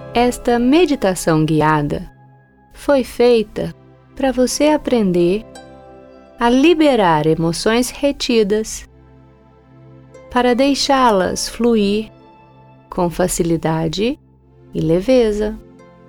Esta meditação guiada foi feita para você aprender a liberar emoções retidas, para deixá-las fluir com facilidade e leveza.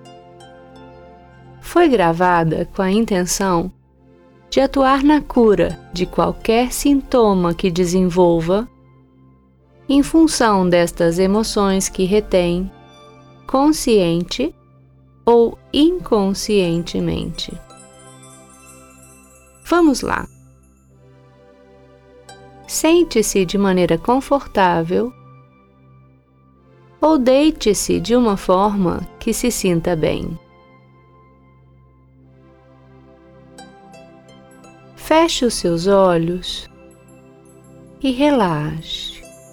Foi gravada com a intenção de atuar na cura de qualquer sintoma que desenvolva em função destas emoções que retém, consciente ou inconscientemente. Vamos lá. Sente-se de maneira confortável ou deite-se de uma forma que se sinta bem. Feche os seus olhos e relaxe.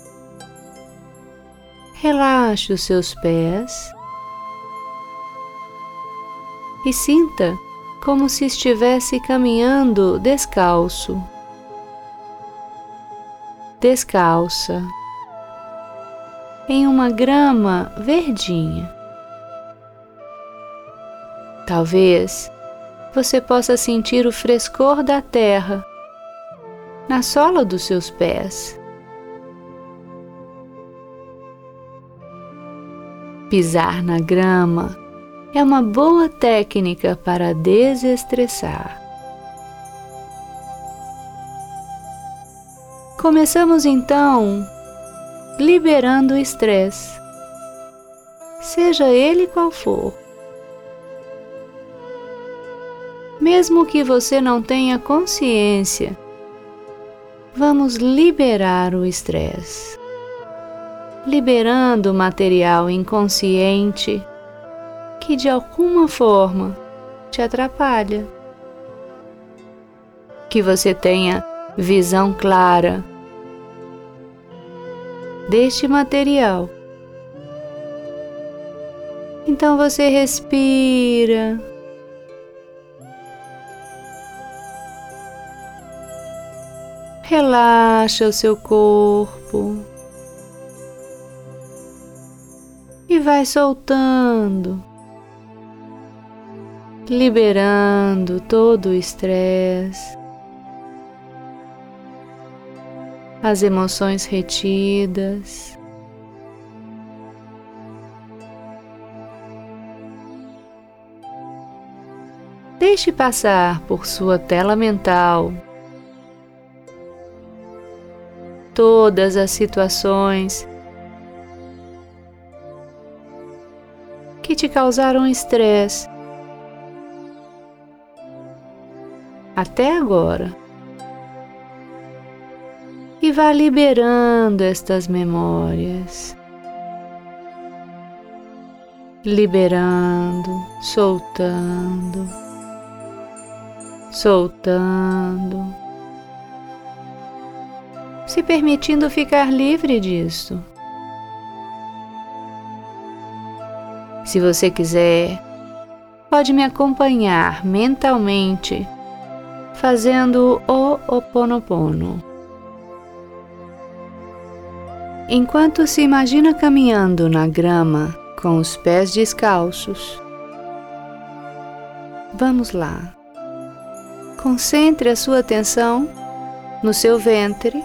Relaxe os seus pés e sinta como se estivesse caminhando descalço, descalça, em uma grama verdinha. Talvez você possa sentir o frescor da terra na sola dos seus pés. Pisar na grama é uma boa técnica para desestressar. Começamos então liberando o estresse, seja ele qual for. Mesmo que você não tenha consciência, vamos liberar o estresse, liberando o material inconsciente que de alguma forma te atrapalha. Que você tenha visão clara deste material. Então você respira. Relaxa o seu corpo e vai soltando, liberando todo o estresse, as emoções retidas. Deixe passar por sua tela mental todas as situações que te causaram estresse até agora. E vá liberando estas memórias, liberando, soltando, soltando, se permitindo ficar livre disso. Se você quiser, pode me acompanhar mentalmente fazendo o Ho'oponopono. Enquanto se imagina caminhando na grama com os pés descalços, vamos lá. Concentre a sua atenção no seu ventre.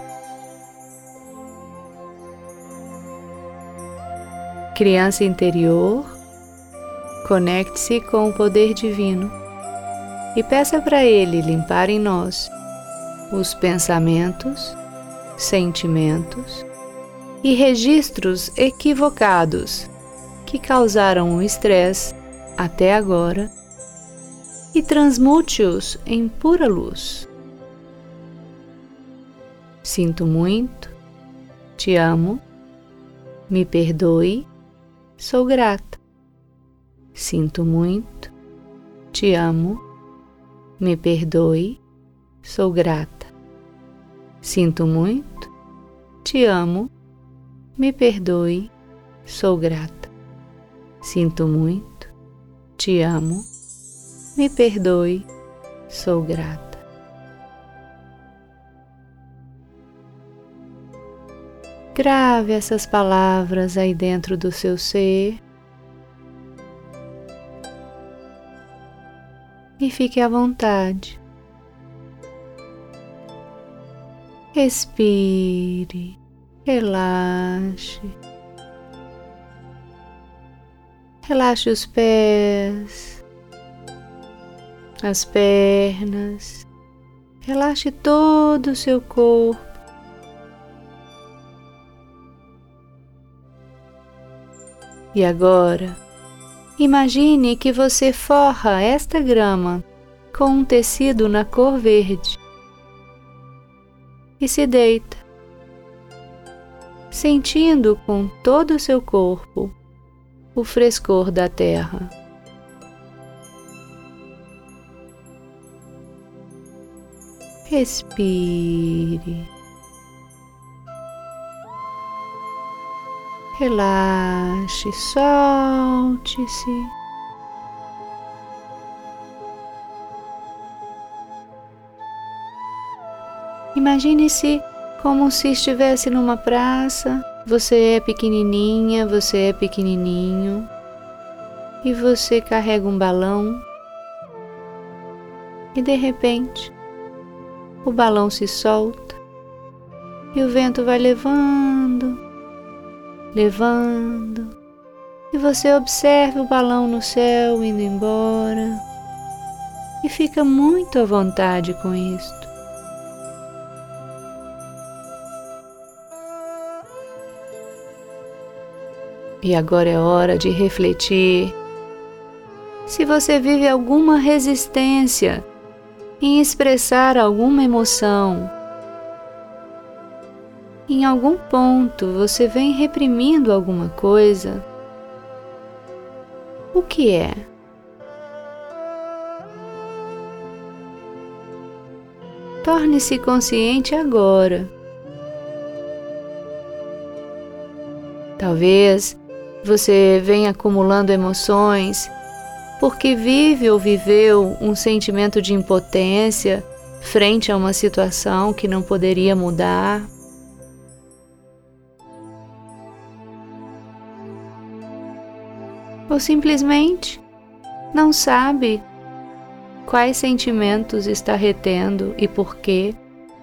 Criança interior, conecte-se com o poder divino e peça para ele limpar em nós os pensamentos, sentimentos e registros equivocados que causaram o estresse até agora e transmute-os em pura luz. Sinto muito, te amo, me perdoe, sou grata. Sinto muito, te amo, me perdoe, sou grata. Sinto muito, te amo, me perdoe, sou grata. Sinto muito, te amo, me perdoe, sou grata. Grave essas palavras aí dentro do seu ser e fique à vontade. Respire, relaxe. Relaxe os pés, as pernas, relaxe todo o seu corpo. E agora, imagine que você forra esta grama com um tecido na cor verde e se deita, sentindo com todo o seu corpo o frescor da terra. Respire. Relaxe, solte-se. Imagine-se como se estivesse numa praça. Você é pequenininha, você é pequenininho e você carrega um balão e de repente o balão se solta e o vento vai levando, levando e você observa o balão no céu indo embora e fica muito à vontade com isto. E agora é hora de refletir se você vive alguma resistência em expressar alguma emoção. Em algum ponto você vem reprimindo alguma coisa. O que é? Torne-se consciente agora. Talvez você vem acumulando emoções porque vive ou viveu um sentimento de impotência frente a uma situação que não poderia mudar. Ou simplesmente não sabe quais sentimentos está retendo e por quê.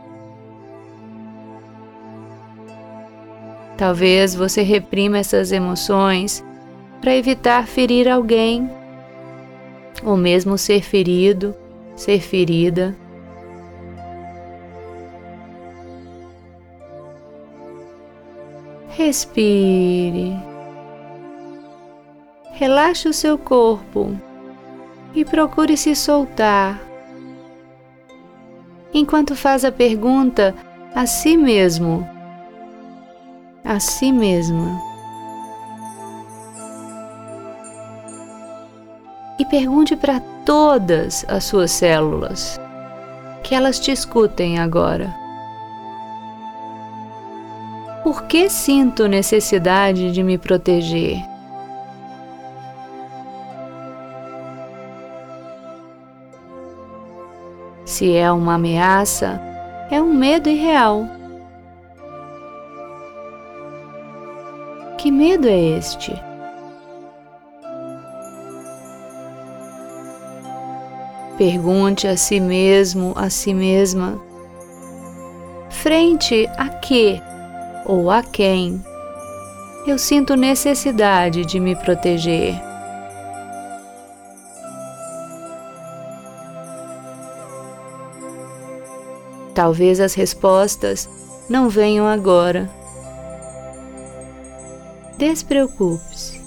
Talvez você reprima essas emoções para evitar ferir alguém, ou mesmo ser ferido, ser ferida. Respire. Relaxe o seu corpo e procure se soltar, enquanto faz a pergunta a si mesmo, a si mesma. E pergunte para todas as suas células, que elas te escutem agora. Por que sinto necessidade de me proteger? Se é uma ameaça, é um medo irreal. Que medo é este? Pergunte a si mesmo, a si mesma, frente a que ou a quem eu sinto necessidade de me proteger. Talvez as respostas não venham agora. Despreocupe-se.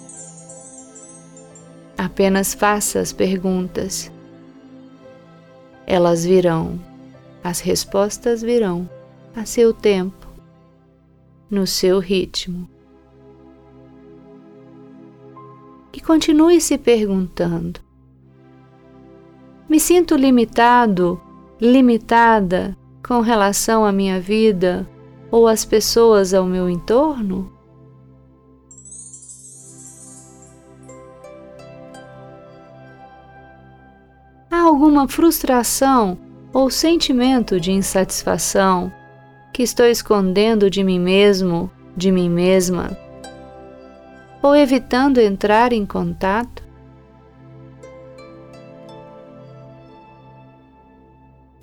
Apenas faça as perguntas. Elas virão, as respostas virão a seu tempo, no seu ritmo. E continue se perguntando: me sinto limitado, limitada com relação à minha vida ou às pessoas ao meu entorno? Há alguma frustração ou sentimento de insatisfação que estou escondendo de mim mesmo, de mim mesma, ou evitando entrar em contato?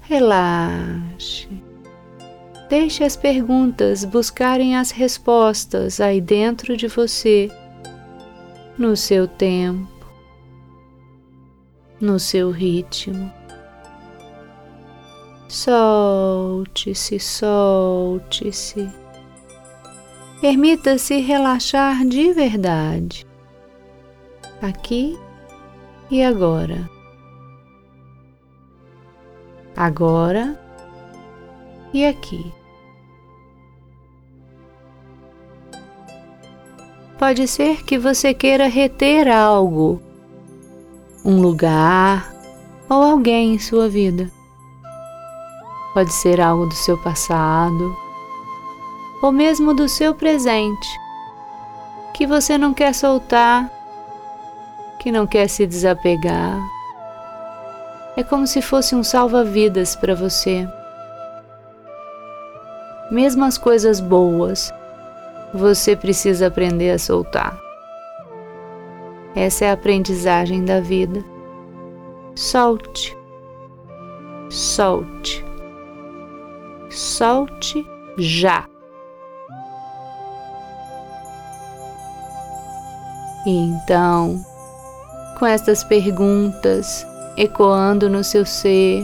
Relaxe. Deixe as perguntas buscarem as respostas aí dentro de você, no seu tempo, no seu ritmo. Solte-se, solte-se. Permita-se relaxar de verdade, aqui e agora. Agora e aqui. Pode ser que você queira reter algo, um lugar ou alguém em sua vida. Pode ser algo do seu passado ou mesmo do seu presente, que você não quer soltar, que não quer se desapegar. É como se fosse um salva-vidas para você. Mesmo as coisas boas, você precisa aprender a soltar. Essa é a aprendizagem da vida. Solte, solte, solte já. E então, com estas perguntas ecoando no seu ser,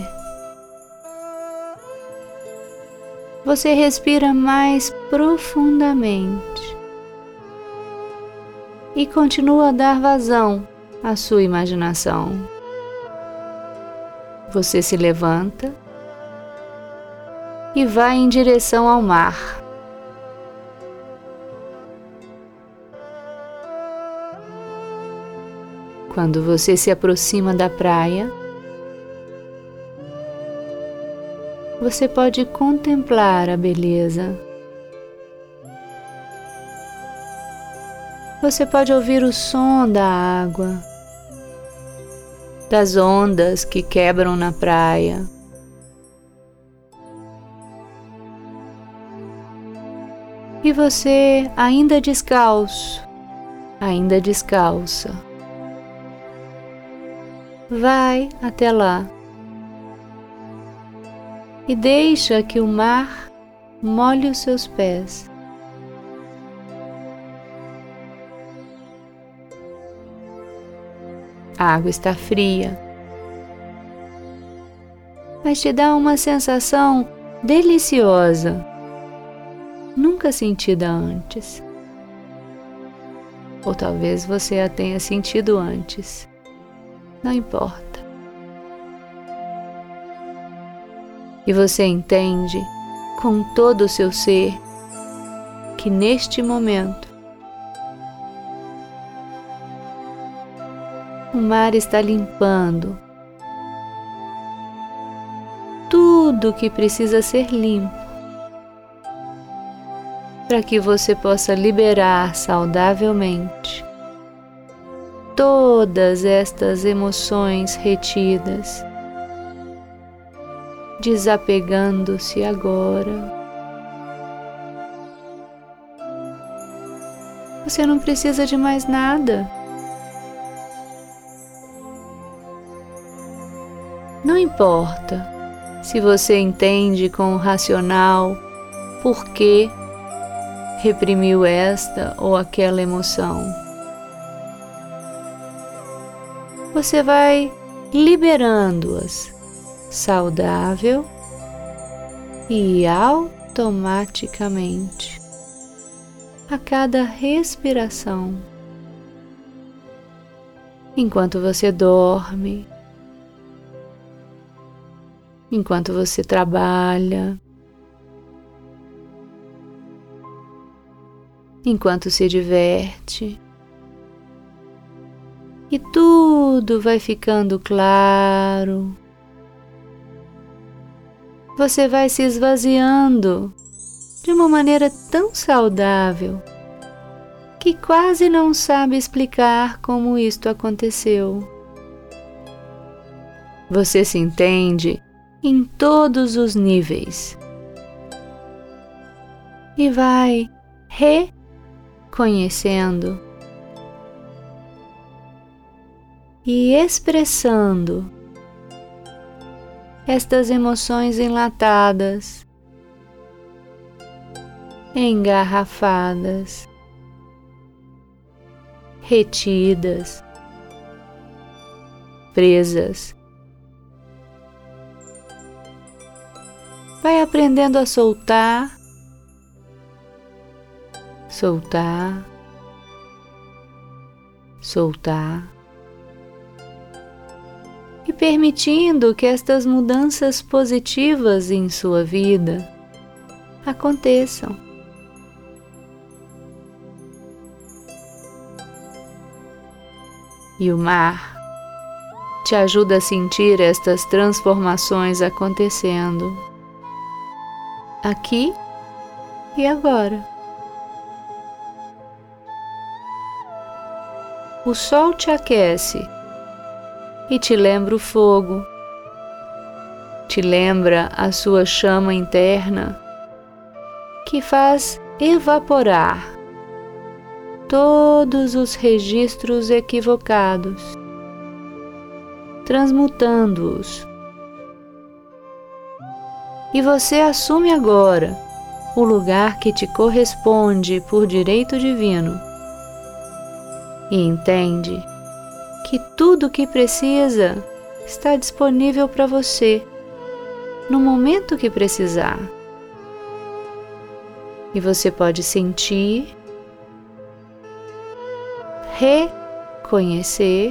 você respira mais profundamente e continua a dar vazão à sua imaginação. Você se levanta e vai em direção ao mar. Quando você se aproxima da praia, você pode contemplar a beleza. Você pode ouvir o som da água, das ondas que quebram na praia. E você, ainda descalço, ainda descalça, vai até lá e deixa que o mar molhe os seus pés. A água está fria, mas te dá uma sensação deliciosa, nunca sentida antes. Ou talvez você a tenha sentido antes. Não importa. E você entende com todo o seu ser que neste momento o mar está limpando tudo que precisa ser limpo para que você possa liberar saudavelmente todas estas emoções retidas, desapegando-se agora. Você não precisa de mais nada. Não importa se você entende com o racional por que reprimiu esta ou aquela emoção. Você vai liberando-as saudável e automaticamente a cada respiração. Enquanto você dorme, enquanto você trabalha, enquanto se diverte. E tudo vai ficando claro. Você vai se esvaziando de uma maneira tão saudável que quase não sabe explicar como isto aconteceu. Você se entende em todos os níveis e vai reconhecendo e expressando estas emoções enlatadas, engarrafadas, retidas, presas. Vai aprendendo a soltar, soltar, soltar e permitindo que estas mudanças positivas em sua vida aconteçam. E o mar te ajuda a sentir estas transformações acontecendo aqui e agora. O sol te aquece e te lembra o fogo, te lembra a sua chama interna que faz evaporar todos os registros equivocados, transmutando-os. E você assume agora o lugar que te corresponde por direito divino e entende que tudo o que precisa está disponível para você no momento que precisar. E você pode sentir, reconhecer,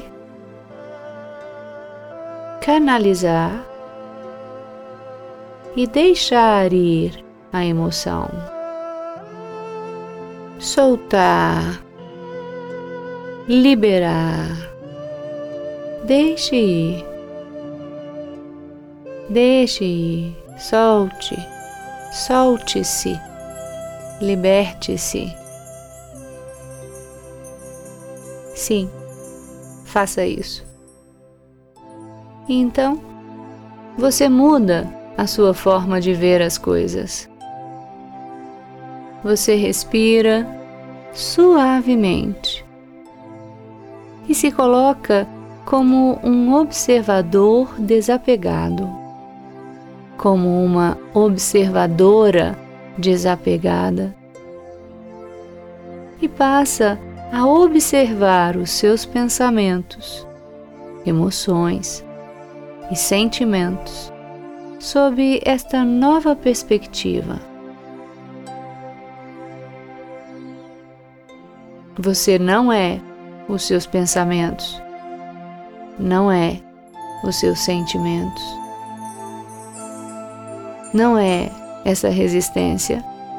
canalizar e deixar ir a emoção. Soltar, liberar, deixe ir, deixe ir, solte, solte-se, liberte-se. Sim, faça isso. E então, você muda a sua forma de ver as coisas. Você respira suavemente e se coloca como um observador desapegado, como uma observadora desapegada, e passa a observar os seus pensamentos, emoções e sentimentos sob esta nova perspectiva. Você não é os seus pensamentos, não é os seus sentimentos, não é essa resistência.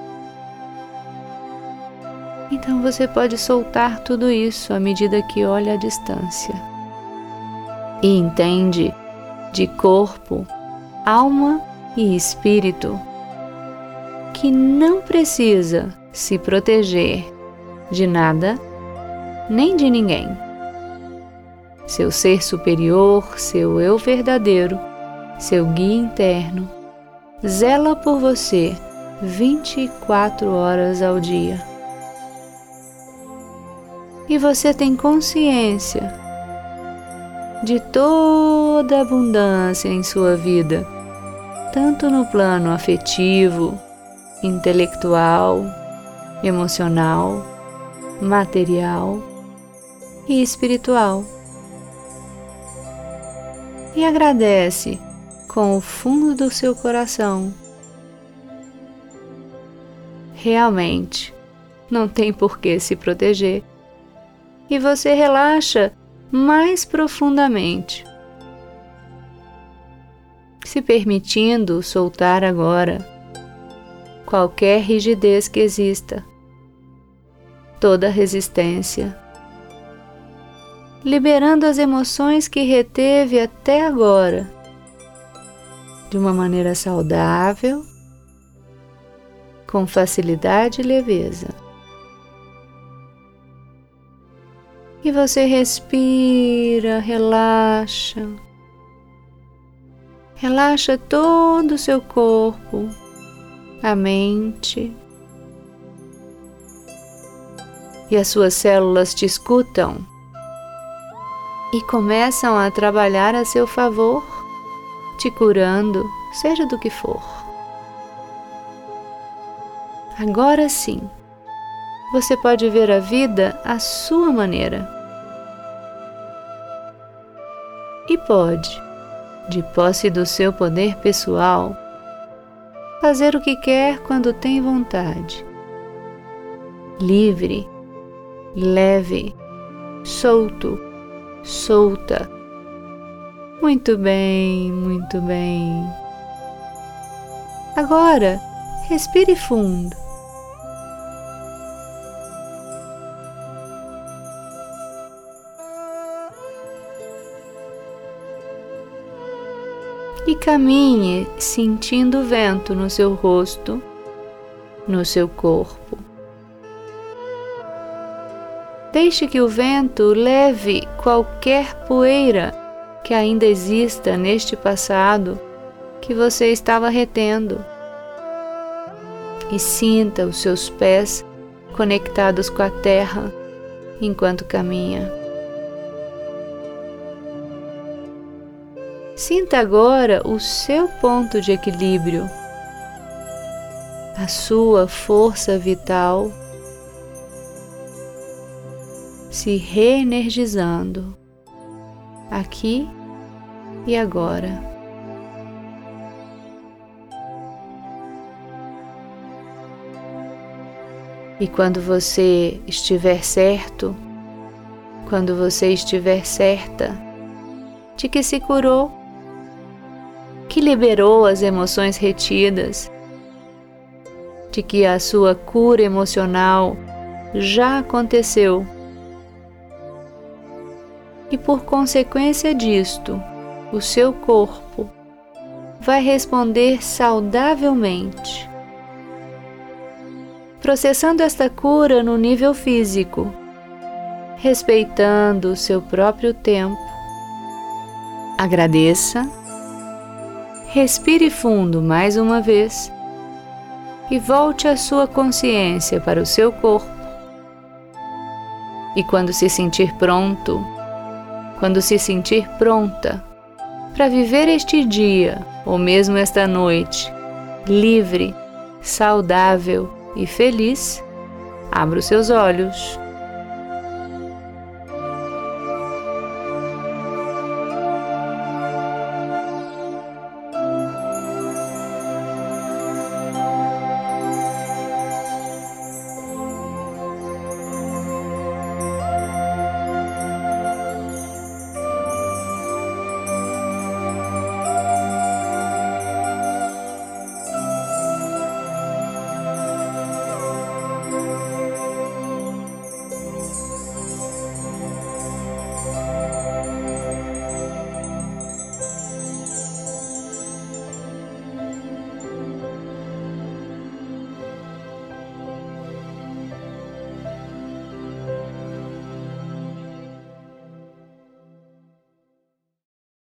Então você pode soltar tudo isso à medida que olha à distância e entende de corpo, alma e espírito que não precisa se proteger de nada nem de ninguém. Seu ser superior, seu eu verdadeiro, seu guia interno, zela por você 24 horas ao dia. E você tem consciência de toda a abundância em sua vida, tanto no plano afetivo, intelectual, emocional, material e espiritual. E agradece com o fundo do seu coração. Realmente, não tem por que se proteger. E você relaxa mais profundamente, se permitindo soltar agora qualquer rigidez que exista, toda resistência, liberando as emoções que reteve até agora, de uma maneira saudável, com facilidade e leveza. E você respira, relaxa. Relaxa todo o seu corpo, a mente. E as suas células te escutam e começam a trabalhar a seu favor te curando, seja do que for. Agora sim, você pode ver a vida à sua maneira. E pode, de posse do seu poder pessoal, fazer o que quer quando tem vontade. Livre, leve, solto, solta. Muito bem, muito bem. Agora, respire fundo. E caminhe sentindo o vento no seu rosto, no seu corpo. Deixe que o vento leve qualquer poeira que ainda exista neste passado que você estava retendo. E sinta os seus pés conectados com a terra enquanto caminha. Sinta agora o seu ponto de equilíbrio, a sua força vital se reenergizando aqui e agora. E quando você estiver certo, quando você estiver certa de que se curou, que liberou as emoções retidas, de que a sua cura emocional já aconteceu, e por consequência disto, o seu corpo vai responder saudavelmente, processando esta cura no nível físico, respeitando o seu próprio tempo. Agradeça, respire fundo mais uma vez e volte a sua consciência para o seu corpo. E quando se sentir pronto, quando se sentir pronta para viver este dia ou mesmo esta noite, livre, saudável e feliz, abra os seus olhos.